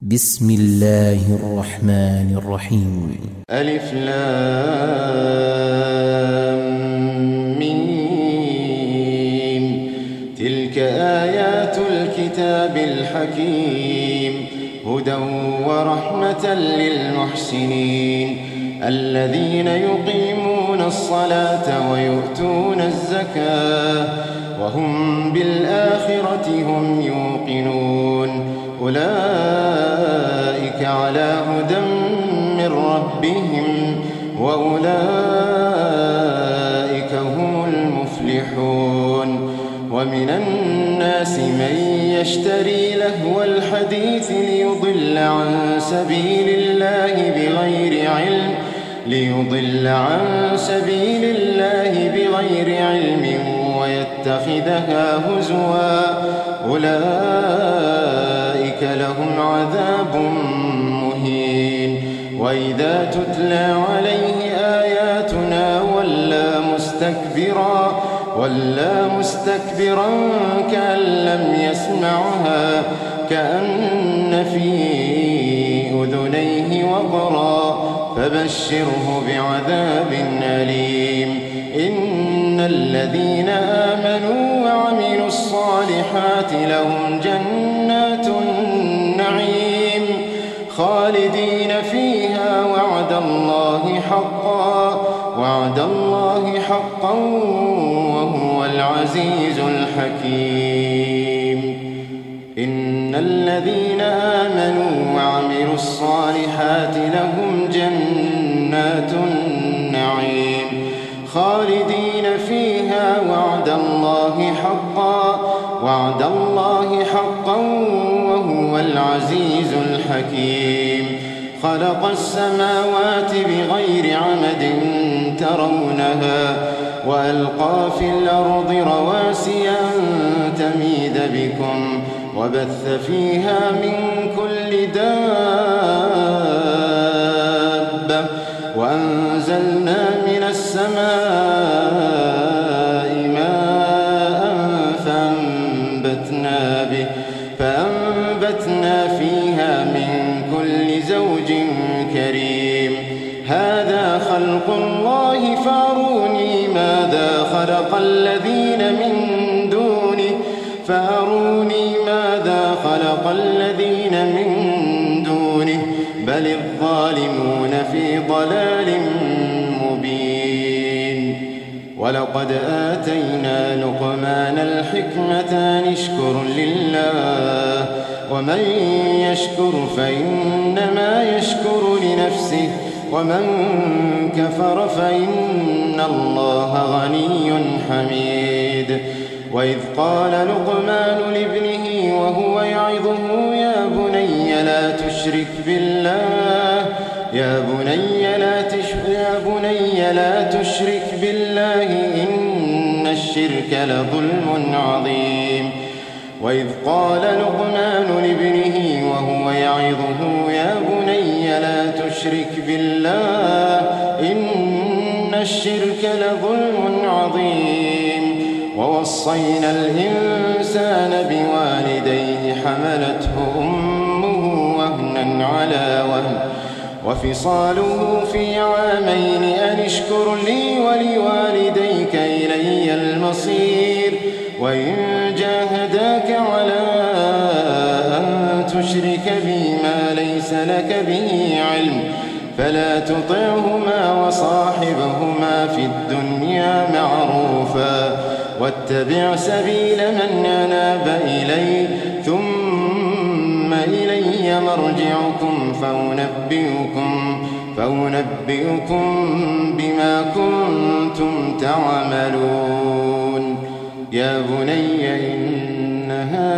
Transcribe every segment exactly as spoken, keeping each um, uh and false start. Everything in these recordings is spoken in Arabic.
بسم الله الرحمن الرحيم. ألف لام ميم. تلك آيات الكتاب الحكيم، هدى ورحمة للمحسنين الذين يقيمون الصلاة ويؤتون الزكاة وهم بالآخرة هم يوقنون. أولئك على هدى من ربهم وأولئك هم المفلحون. ومن الناس من يشتري لهو الحديث ليضل عن سبيل الله بغير علم ليضل عن سبيل الله بغير علم ويتخذها هزوا. أولئك لهم عذاب مهين. وإذا تتلى عليه آياتنا ولى مستكبرا ولا مستكبرا كأن لم يسمعها كأن في أذنيه وقرا فبشره بعذاب أليم. إن الذين آمنوا وعملوا الصالحات لهم جنات النعيم خالدين فيها وعد الله حقا وعد الله حقا وهو العزيز الحكيم. إن الذين آمنوا وعملوا الصالحات لهم جنات النعيم خالدين فيها وعد الله حقا وعد الله حقا وهو العزيز الحكيم. خلق السماوات بغير عمد ترونها وألقى في الأرض رواسي أن تميد بكم وبث فيها من كل دابة وأنزلنا من السماء ماء فأنبتنا به فأنبتنا فيها من كل زوج كريم. هذا خلق الله فأروني ماذا خلق الذين من دونه فأروني ماذا خلق الذين من دونه بل الظالمون في ضلال مبين. ولقد آتينا لقمان الحكمة أن اشكر لله ومن يشكر فإنما يشكر لنفسه ومن كفر فإن الله غني حميد. وإذ قال لقمان لابنه وهو يعظه يا بني لا تشرك بالله يا بني لا تشرك يا بني لا تشرك بالله إن الشرك لظلم عظيم. وإذ قال لقمان لابنه وهو يعظه يا بني لا تشرك بالله إن الشرك لظلم عظيم. ووصينا الإنسان بوالديه حملته أمه وهنا على وهن وفصاله في عامين أن اشكر لي ولوالديك إلي المصير. وإن جاهداك على أن تشرك بي ما ليس لك به علم فلا تطعهما وصاحبهما في الدنيا معروفا واتبع سبيل من أناب إلي ثم إلي مرجعكم فأنبئكم فأنبئكم بما كنتم تعملون. يا بني إنها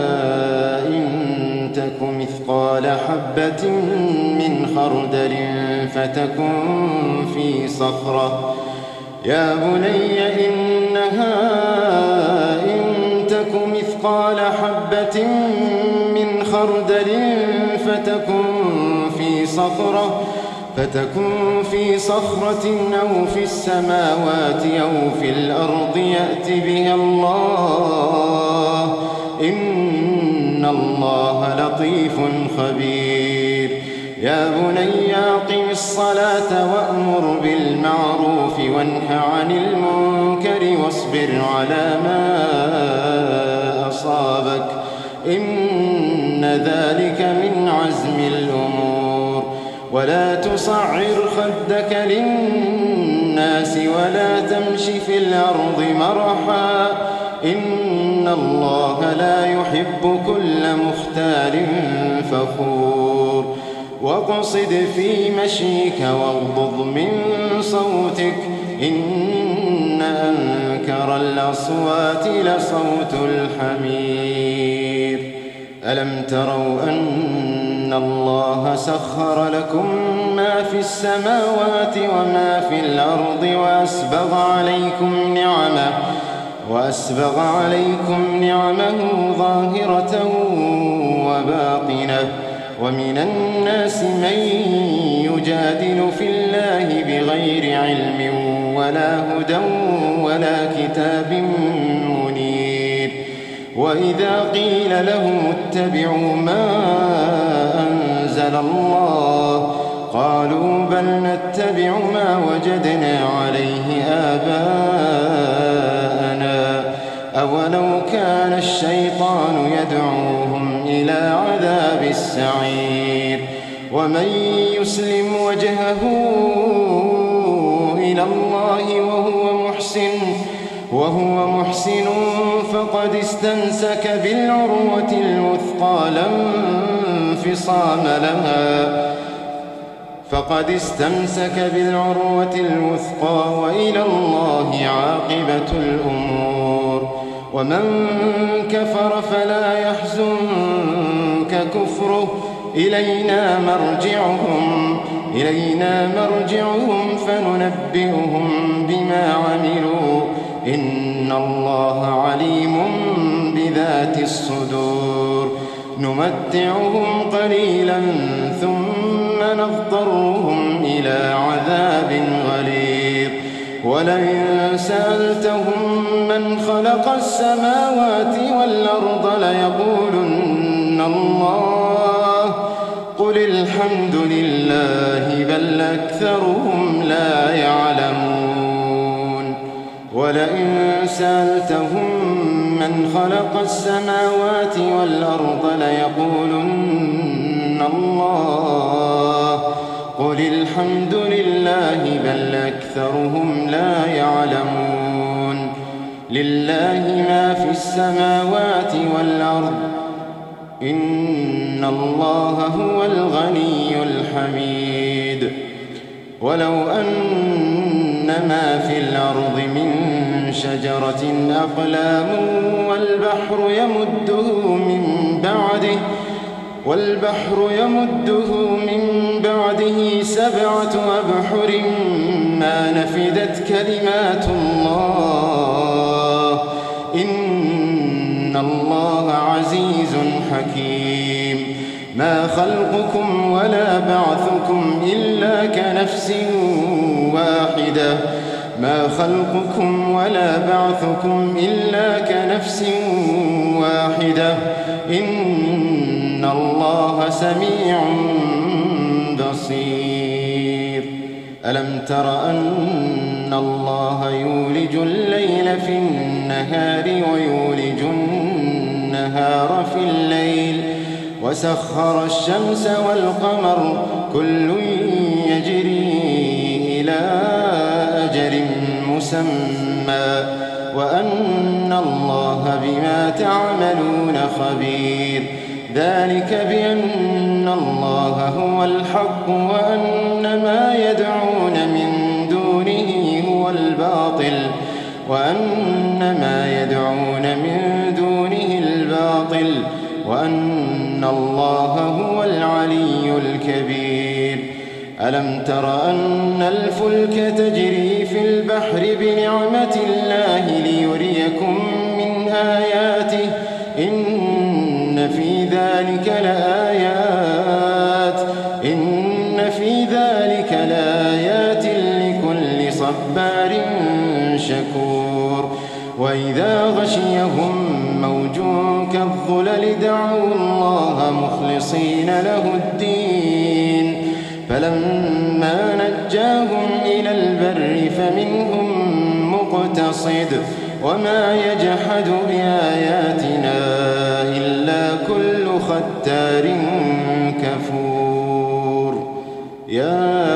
إن تك مثقال حبة من خردل فتكن في صخرة يا بني إنها إن تك مثقال حبة من خردل فتكن في صخرة فتكن في صخرة أو في السماوات أو في الأرض يأت بها الله إن إن الله لطيف خبير يا بني أقم الصلاة وأمر بالمعروف وانه عن المنكر واصبر على ما أصابك إن ذلك من عزم الأمور ولا تصعر خدك للناس ولا تمش في الأرض مرحا إن الله لا يحب كل مختال فخور واقصد في مشيك واغضض من صوتك إن أنكر الأصوات لصوت الحمير ألم تروا أن الله سخر لكم ما في السماوات وما في الأرض وأسبغ عليكم نعمه وأسبغ عليكم نعمه ظاهرة وباطنة ومن الناس من يجادل في الله بغير علم ولا هدى ولا كتاب منير وإذا قيل لهم اتبعوا ما أنزل الله قالوا بل نتبع ما وجدنا عليه آباءنا أولو كان الشيطان يدعوهم إلى عذاب السعير ومن يسلم وجهه إلى الله وهو محسن وهو محسن فقد استمسك بالعروة الوثقى لا انفصام لها فقد استمسك بالعروة الوثقى وإلى الله عاقبة الأمور ومن كفر فلا يحزنك كفره إلينا مرجعهم إلينا مرجعهم فننبئهم بما عملوا إن الله عليم بذات الصدور نمتعهم قليلا ثم نضطرهم إلى عذاب غليظ ولئن سألتهم من خلق السماوات والأرض ليقولن الله قل الحمد لله بل أكثرهم لا يعلمون ولئن سألتهم من خلق السماوات والأرض ليقولن الله قل الحمد لله بل أكثرهم لا يعلمون لله ما في السماوات والأرض إن الله هو الغني الحميد ولو أن ما في الأرض من شجرة أقلام والبحر يمده من بعده والبحر يمده من بعده سبعة أبحر ما نفدت كلمات الله إن الله عزيز حكيم ما خلقكم ولا بعثكم إلا كنفس واحدة ما خلقكم ولا بعثكم إلا كنفس واحدة إن الله سميع بصير ألم تر أن الله يولج الليل في النهار ويولج النهار في الليل وسخر الشمس والقمر كل يجري إلى أجل مسمى وأن الله بما تعملون خبير ذلك بأن الله هو الحق وأن ما يدعون من دونه هو الباطل وأن ما يدعون من دونه الباطل وأن الله هو العلي الكبير ألم تر أن الفلك تجري في البحر بنعمة الله ليريكم من آياته إن في ذلك لآيات إن في ذلك لآيات لكل صبار شكور وإذا غشيهم موج كالظلل دعوا الله مخلصين له الدين فلما نجاهم إلى البر فمنهم مقتصد وما يجحد بآياتنا إلا كل ختار كفور. يا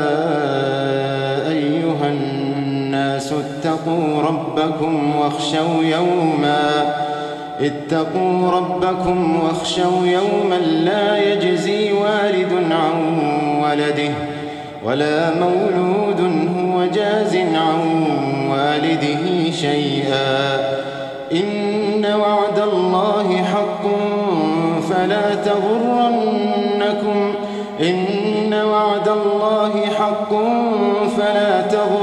أيها الناس اتقوا ربكم واخشوا يوما اتقوا ربكم واخشوا يوما لا يجزي والد عن ولده ولا مولود هو جاز عن والده شيئا إن وعد الله حق فلا تغرنكم إن وعد الله حق فلا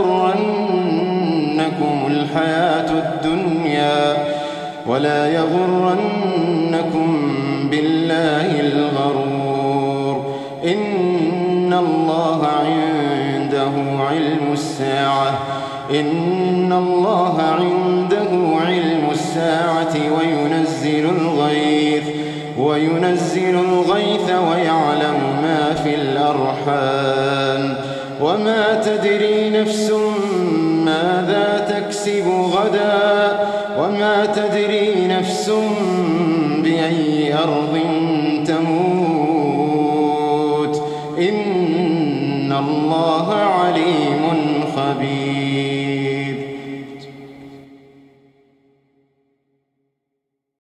تغرنكم الحياة الدنيا ولا يغرنكم بالله الغرور. إن الله عنده علم الساعة إن الله عنده علم الساعة وينزل الغيث وينزل الغيث ويعلم ما في الأرحام وما تدري نفس ماذا تكسب غدا وما تدري نفس بأي أرض تموت إن الله عليم خبير.